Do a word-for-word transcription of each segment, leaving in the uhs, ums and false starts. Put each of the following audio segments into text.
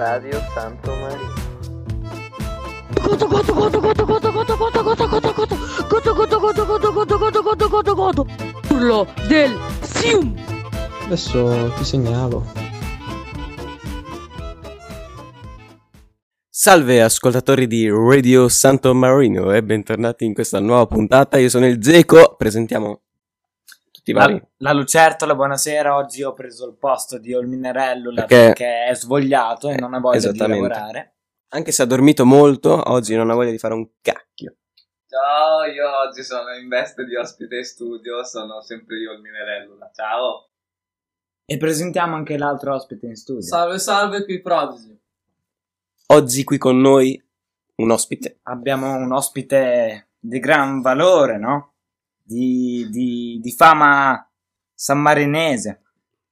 Radio Santo Marino. Goto goto goto goto goto goto goto goto goto goto goto goto goto goto goto goto goto goto goto urlo del Sium. Adesso ti segnalo. Salve ascoltatori di Radio Santo Marino e bentornati in questa nuova puntata. Io sono il Zeco, presentiamo tutti i vari. La, la Lucertola, buonasera. Oggi ho preso il posto di Olminerello Perché... perché è svogliato e non ha voglia di lavorare. Anche se ha dormito molto, oggi non ha voglia di fare un cacchio. Ciao, io oggi sono in veste di ospite in studio, sono sempre io il Minerello. Ciao. E presentiamo anche l'altro ospite in studio. Salve, salve, qui Prodigy. Oggi qui con noi un ospite. Abbiamo un ospite di gran valore, no? Di, di, di fama sammarinese.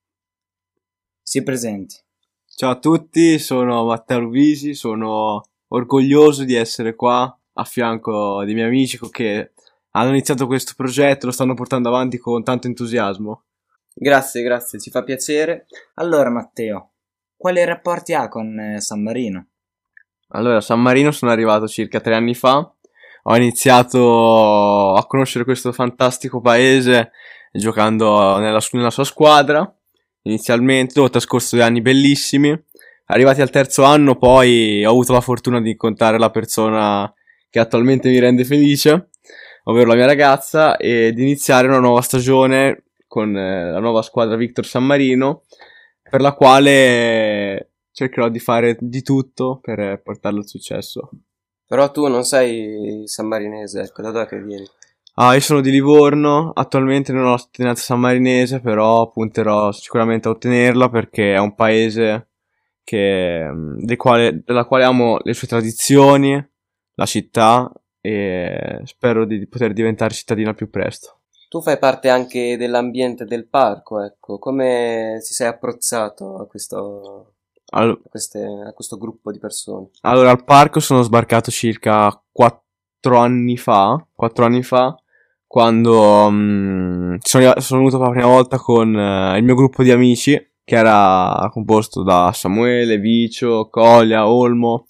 Si presenti. Ciao a tutti, sono Matteo Luvisi, sono orgoglioso di essere qua a fianco dei miei amici che hanno iniziato questo progetto, lo stanno portando avanti con tanto entusiasmo. Grazie, grazie, ci fa piacere. Allora Matteo, quali rapporti ha con eh, San Marino? Allora, a San Marino sono arrivato circa tre anni fa, ho iniziato a conoscere questo fantastico paese giocando nella, nella sua squadra. Inizialmente, ho trascorso due anni bellissimi. Arrivati al terzo anno, poi ho avuto la fortuna di incontrare la persona che attualmente mi rende felice, ovvero la mia ragazza, e di iniziare una nuova stagione con eh, la nuova squadra Victor San Marino, per la quale cercherò di fare di tutto per eh, portarlo al successo. Però tu non sei sammarinese, ecco, da dove che vieni? Ah, io sono di Livorno, attualmente non ho la cittadinanza sammarinese, però punterò sicuramente a ottenerla perché è un paese che, del quale, della quale amo le sue tradizioni, la città, e spero di poter diventare cittadino al più presto. Tu fai parte anche dell'ambiente del parco, ecco, come ti sei approcciato a questo, All- a, queste, a questo gruppo di persone? Allora, al parco sono sbarcato circa quattro anni fa, quattro anni fa, quando um, sono, sono venuto per la prima volta con uh, il mio gruppo di amici, che era composto da Samuele, Vicio, Colia, Olmo,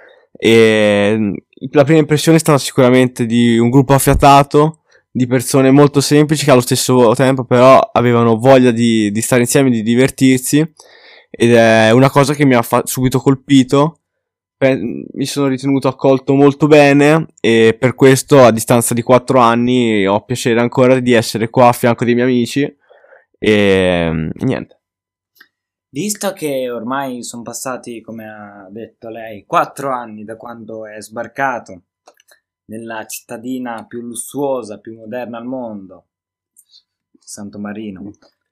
e la prima impressione è stata sicuramente di un gruppo affiatato, di persone molto semplici che allo stesso tempo però avevano voglia di, di stare insieme, di divertirsi, ed è una cosa che mi ha fa- subito colpito. Mi sono ritenuto accolto molto bene e per questo a distanza di quattro anni ho piacere ancora di essere qua a fianco dei miei amici e, e niente. Visto che ormai sono passati, come ha detto lei, quattro anni da quando è sbarcato nella cittadina più lussuosa, più moderna al mondo, Santo Marino,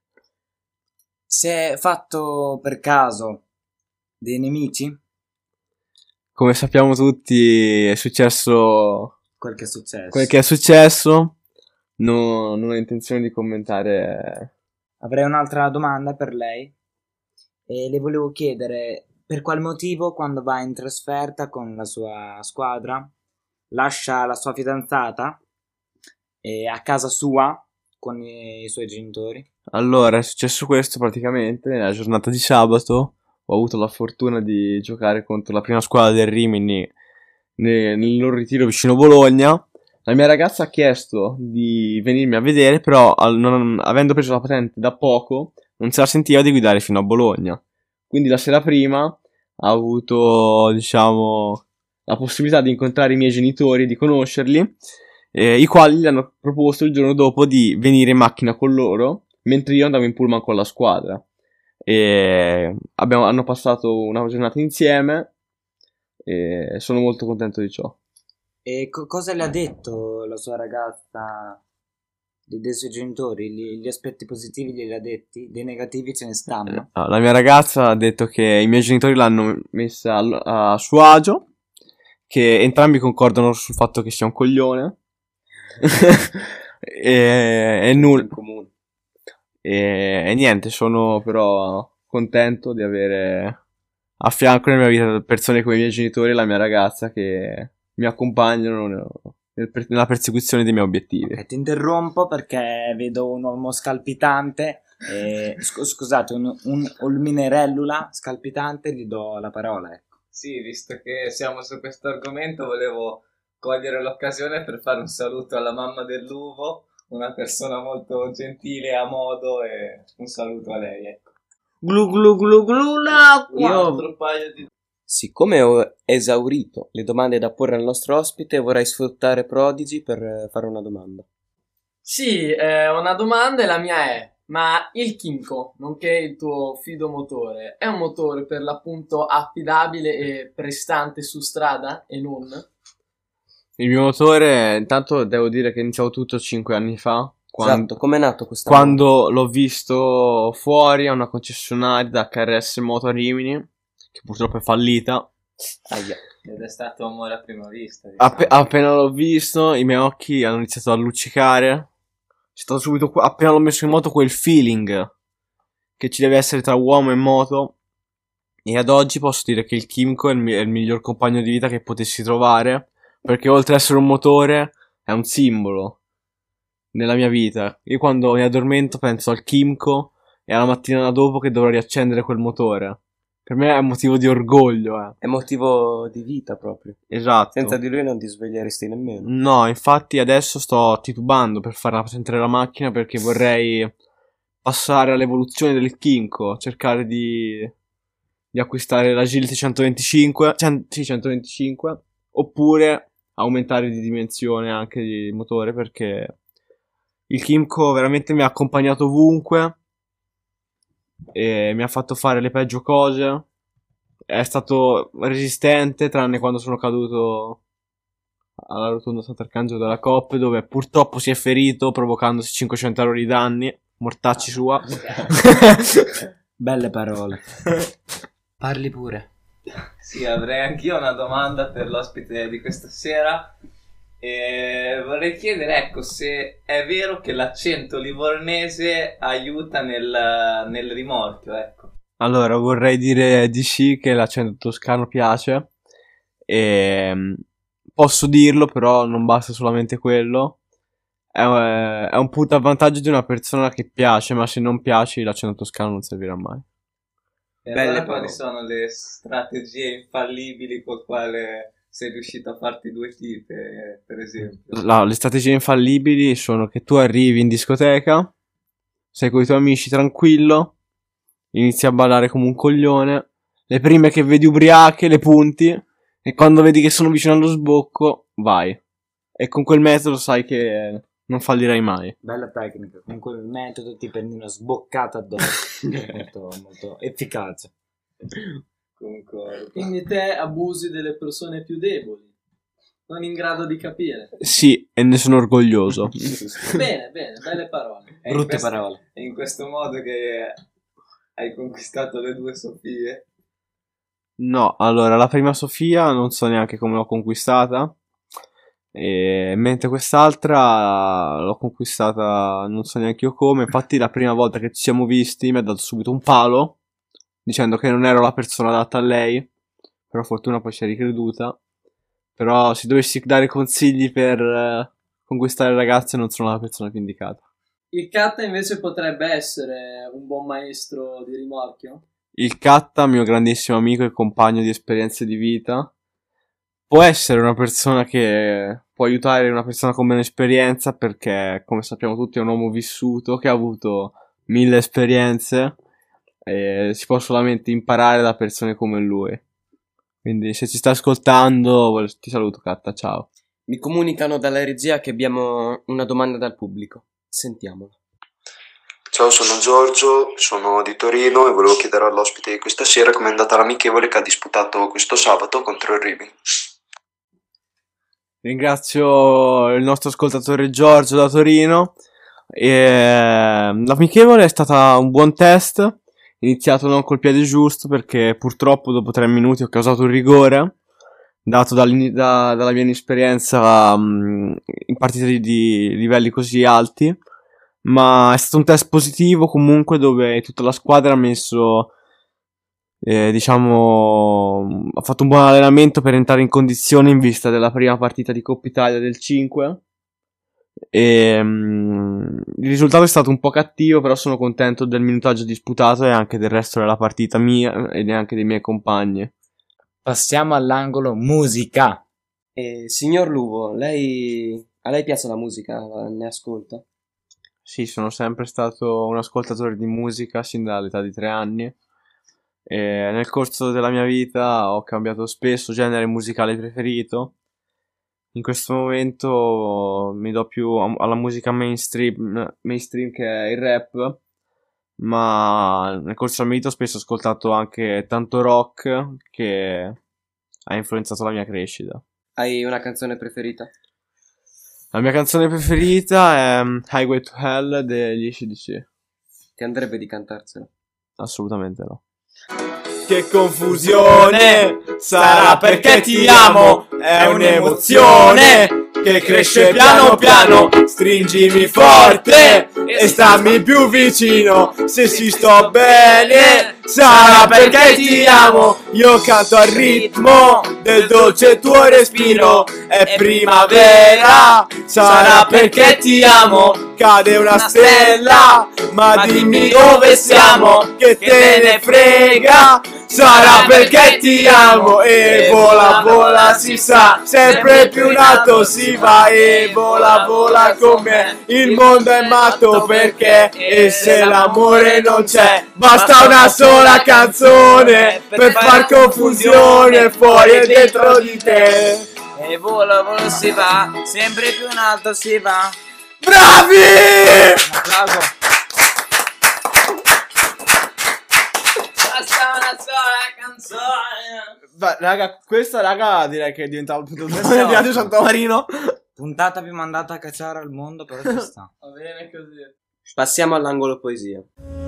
si è fatto per caso dei nemici? Come sappiamo tutti è successo Quel che è successo. Quel che è successo, no, non ho intenzione di commentare. Avrei un'altra domanda per lei e le volevo chiedere per qual motivo quando va in trasferta con la sua squadra lascia la sua fidanzata e a casa sua con i, i suoi genitori. Allora, è successo questo praticamente nella giornata di sabato. Ho avuto la fortuna di giocare contro la prima squadra del Rimini nel, nel loro ritiro vicino Bologna. La mia ragazza ha chiesto di venirmi a vedere, però al, non, avendo preso la patente da poco non se la sentiva di guidare fino a Bologna. Quindi la sera prima ha avuto, diciamo, la possibilità di incontrare i miei genitori, di conoscerli, eh, i quali gli hanno proposto il giorno dopo di venire in macchina con loro, mentre io andavo in pullman con la squadra. E abbiamo, hanno passato una giornata insieme e sono molto contento di ciò. E co- cosa le ha detto la sua ragazza de- dei suoi genitori? Gli, gli aspetti positivi glieli ha detti, dei negativi ce ne stanno. Ah, la mia ragazza ha detto che i miei genitori l'hanno messa a, a suo agio, che entrambi concordano sul fatto che sia un coglione e, e nulla. E, e niente, sono però contento di avere a fianco nella mia vita persone come i miei genitori e la mia ragazza che mi accompagnano nel, nella persecuzione dei miei obiettivi. Okay, ti interrompo perché vedo un uomo scalpitante Eh, scu- scusate, un, un olminerellula scalpitante, gli do la parola, ecco. Sì, visto che siamo su questo argomento, volevo cogliere l'occasione per fare un saluto alla mamma dell'uvo, una persona molto gentile a modo, e un saluto a lei, ecco. Glu glu glu glu la Quattro paio di... Siccome ho esaurito le domande da porre al nostro ospite, vorrei sfruttare Prodigy per eh, fare una domanda. Sì, eh, una domanda e la mia è: ma il Kimco, nonché il tuo fido motore, è un motore per l'appunto affidabile e prestante su strada e non? Il mio motore, intanto devo dire che è iniziato tutto cinque anni fa. Quando, Esatto, com'è nato questo? quando l'ho visto fuori a una concessionaria da K R S Moto a Rimini, che purtroppo è fallita. Aia. Ed è stato amore a prima vista. Diciamo. Appe- appena l'ho visto, i miei occhi hanno iniziato a luccicare. C'è stato subito, que- appena l'ho messo in moto, quel feeling che ci deve essere tra uomo e moto. E ad oggi posso dire che il Kimco è il, mi- è il miglior compagno di vita che potessi trovare, perché oltre ad essere un motore, è un simbolo nella mia vita. Io quando mi addormento penso al Kimco e alla mattina dopo che dovrò riaccendere quel motore. Per me è un motivo di orgoglio, eh. È motivo di vita proprio. Esatto. Senza di lui non ti sveglieresti nemmeno. No, infatti adesso sto titubando per far rappresentare la macchina, perché vorrei passare all'evoluzione del Kimco, cercare di, di acquistare l'Agility centoventicinque, cent- sì, centoventicinque, oppure aumentare di dimensione anche di motore, perché il Kimco veramente mi ha accompagnato ovunque e mi ha fatto fare le peggio cose. È stato resistente tranne quando sono caduto alla rotonda Sant'Arcangelo della Coppe, dove purtroppo si è ferito provocandosi cinquecento euro di danni. Mortacci sua. Belle parole. Parli pure. Sì, avrei anch'io una domanda per l'ospite di questa sera. E vorrei chiedere, ecco, se è vero che l'accento livornese aiuta nel, nel rimorchio, ecco. Allora, vorrei dire di sì, che l'accento toscano piace. E posso dirlo, però non basta solamente quello. È, è un punto a vantaggio di una persona che piace, ma se non piaci l'accento toscano non servirà mai. E Belle allora parole. quali sono le strategie infallibili col quale sei riuscito a farti due tipe, per esempio? La- le strategie infallibili sono che tu arrivi in discoteca, sei con i tuoi amici tranquillo, inizi a ballare come un coglione, le prime che vedi ubriache le punti, e quando vedi che sono vicino allo sbocco vai. E con quel metodo sai che non fallirai mai. Bella tecnica. Con quel metodo ti prendi una sboccata addosso. molto, molto efficace. Concordo. Quindi te abusi delle persone più deboli, non in grado di capire. Sì, e ne sono orgoglioso. Bene, bene, belle parole. È in Brutte questo- parole. È in questo modo che hai conquistato le due Sofie? No, allora, la prima Sofia non so neanche come l'ho conquistata. E mentre quest'altra l'ho conquistata non so neanche io come. Infatti la prima volta che ci siamo visti mi ha dato subito un palo, dicendo che non ero la persona adatta a lei. Per fortuna poi si è ricreduta. Però se dovessi dare consigli per eh, conquistare ragazze, non sono la persona più indicata. Il Katta invece potrebbe essere un buon maestro di rimorchio. Il Katta, mio grandissimo amico e compagno di esperienze di vita, può essere una persona che può aiutare una persona con meno esperienza, perché come sappiamo tutti è un uomo vissuto che ha avuto mille esperienze e si può solamente imparare da persone come lui. Quindi se ci sta ascoltando ti saluto, Katta, ciao. Mi comunicano dalla regia che abbiamo una domanda dal pubblico. Sentiamola. Ciao, sono Giorgio, sono di Torino e volevo chiedere all'ospite di questa sera com'è andata l'amichevole che ha disputato questo sabato contro il Rimini. Ringrazio il nostro ascoltatore Giorgio da Torino. E l'amichevole è stata un buon test, iniziato non col piede giusto perché purtroppo dopo tre minuti ho causato un rigore dato dall'ini- da- dalla mia inesperienza um, in partite di, di livelli così alti, ma è stato un test positivo comunque, dove tutta la squadra ha messo eh, diciamo ha fatto un buon allenamento per entrare in condizione in vista della prima partita di Coppa Italia del cinque. E, mm, il risultato è stato un po' cattivo, però sono contento del minutaggio disputato e anche del resto della partita mia e anche dei miei compagni. Passiamo all'angolo musica. E signor Luvo, lei a lei piace la musica? Ne ascolta? Sì, sono sempre stato un ascoltatore di musica sin dall'età di tre anni e nel corso della mia vita ho cambiato spesso genere musicale preferito. In questo momento mi do più a- alla musica mainstream, mainstream che è il rap, ma nel corso della mia vita ho spesso ascoltato anche tanto rock che ha influenzato la mia crescita. Hai una canzone preferita? La mia canzone preferita è mm, Highway to Hell degli A C D C. Ti andrebbe di cantarsela? Assolutamente no. Che confusione, sarà perché ti amo, è un'emozione che cresce piano piano, stringimi forte e stammi più vicino, se ci sto bene, sarà perché ti amo, io canto al ritmo del dolce tuo respiro, è primavera, sarà perché ti amo, cade una stella, ma dimmi dove siamo, che te ne frega, sarà perché ti amo, e vola vola si sa, sempre più in alto si va, e vola vola con me, il mondo è matto perché, e se l'amore non c'è, basta una sola canzone, per far confusione fuori e dentro di te. E vola vola si va, sempre più in alto si va. Bravi! Un applauso. Basta una sola canzone. Va, raga, questa raga direi che è diventata il punto del viaggio Santo Marino. Puntata più mandata a cacciare al mondo, però ci sta. Va bene così. Passiamo all'angolo poesia.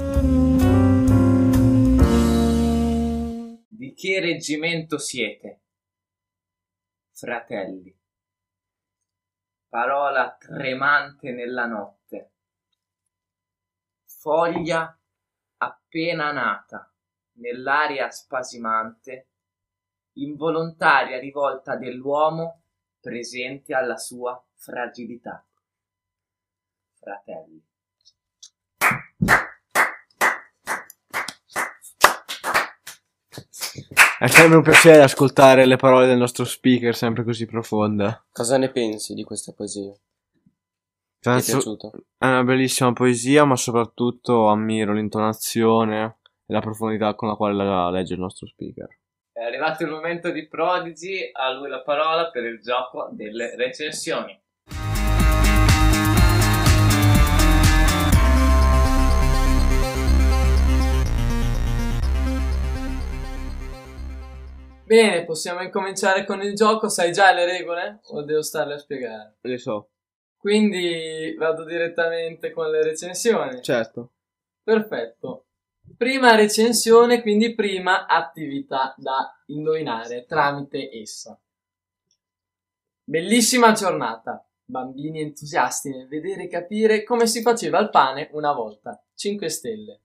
Di che reggimento siete? Fratelli. Parola tremante nella notte. Foglia appena nata, nell'aria spasimante, involontaria rivolta dell'uomo presente alla sua fragilità. Fratelli. È sempre un piacere ascoltare le parole del nostro speaker, sempre così profonde. Cosa ne pensi di questa poesia? Ti è Penso piaciuta? è una bellissima poesia, ma soprattutto ammiro l'intonazione e la profondità con la quale la legge il nostro speaker. È arrivato il momento di Prodigy, a lui la parola per il gioco delle recensioni. Bene, possiamo incominciare con il gioco. Sai già le regole? O devo starle a spiegare? Le so. Quindi vado direttamente con le recensioni. Certo. Perfetto. Prima recensione, quindi prima attività da indovinare tramite essa. Bellissima giornata. Bambini entusiasti nel vedere e capire come si faceva il pane una volta. cinque stelle.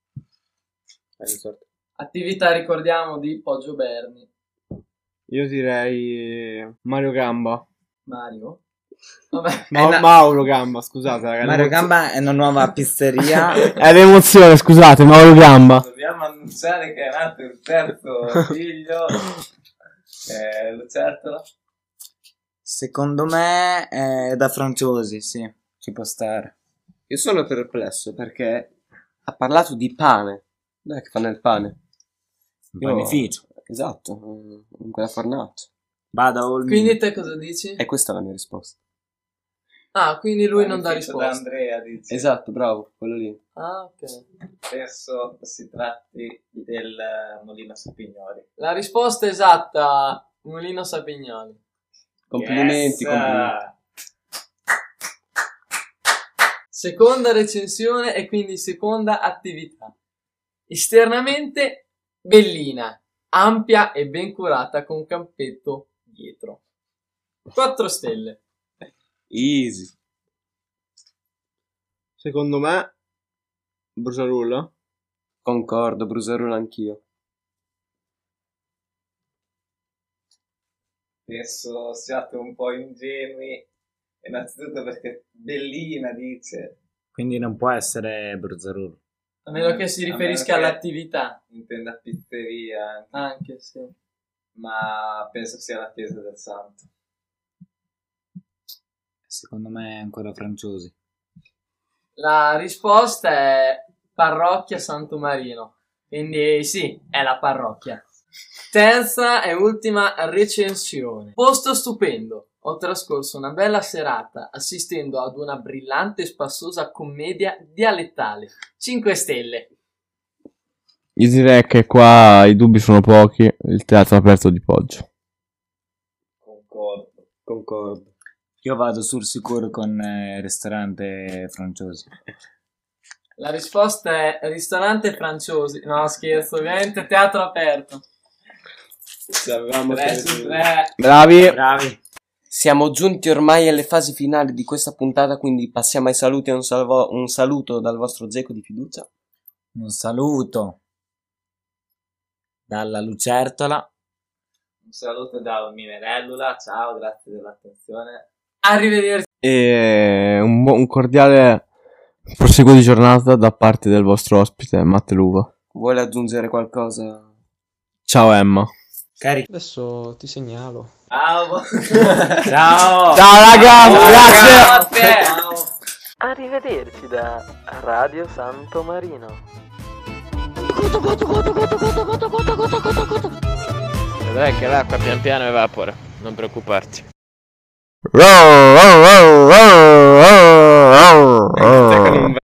Attività, ricordiamo, di Poggio Berni. Io direi Mario Gamba. Mario? Vabbè. Ma- una- Mauro Gamba, scusate ragazzi. Mario Gamba è una nuova pizzeria. È l'emozione, scusate, Mauro Gamba. Dobbiamo annunciare che è nato il terzo figlio. Eh, Lucertola. Secondo me è da francesi, sì, ci può stare. Io sono perplesso perché ha parlato di pane. Dov'è che fanno il pane? Un Io- panificio. Esatto, in quella fornace. Vada Olmi. Quindi te cosa dici? E questa è la mia risposta. Ah, quindi lui non dà Panificio da risposta. Andrea, dice. Esatto, bravo, quello lì. Ah, ok. Penso si tratti del eh, Molino Sapignoli. La risposta esatta, Mulino Sapignoli. Complimenti, Yes! complimenti. Seconda recensione e quindi seconda attività. Esternamente bellina, ampia e ben curata con campetto dietro. quattro stelle. Easy. Secondo me Brusarulla. Concordo, Brusarola anch'io. Penso siate un po' ingenui Innanzitutto perché è bellina, dice. Quindi non può essere Bruzzarullo. A meno che si A riferisca meno che all'attività. Intenda pizzeria, Anche, sì. ma penso sia la chiesa del santo. Secondo me è ancora Franciosi. La risposta è Parrocchia Santo Marino. Quindi sì, è la parrocchia. Terza e ultima recensione. Posto stupendo. Ho trascorso una bella serata assistendo ad una brillante e spassosa commedia dialettale. cinque stelle. Io direi che qua i dubbi sono pochi, il teatro aperto di Poggio. Concordo. Concordo. Io vado sul sicuro con eh, ristorante Franciosi. La risposta è ristorante Franciosi. No, scherzo, ovviamente teatro aperto. Sapevamo tre che- su tre. Bravi! Bravi. Siamo giunti ormai alle fasi finali di questa puntata, quindi passiamo ai saluti e un, salvo- un saluto dal vostro Zeco di fiducia. Un saluto dalla Lucertola. Un saluto da Minerellula, ciao, grazie dell'attenzione. Arrivederci. E un, bu- un cordiale proseguo di giornata da parte del vostro ospite Matteluva. Vuole aggiungere qualcosa? Ciao Emma. Cari. Adesso ti segnalo. Ciao. Ciao. Ciao raga, grazie. Ciao. Arrivederci da Radio Santo Marino. Goto, goto, goto, goto, goto, goto, goto, goto, goto, goto. Vedrai che l'acqua pian piano evapora, non preoccuparti. Row, row, row, row, row, row, row.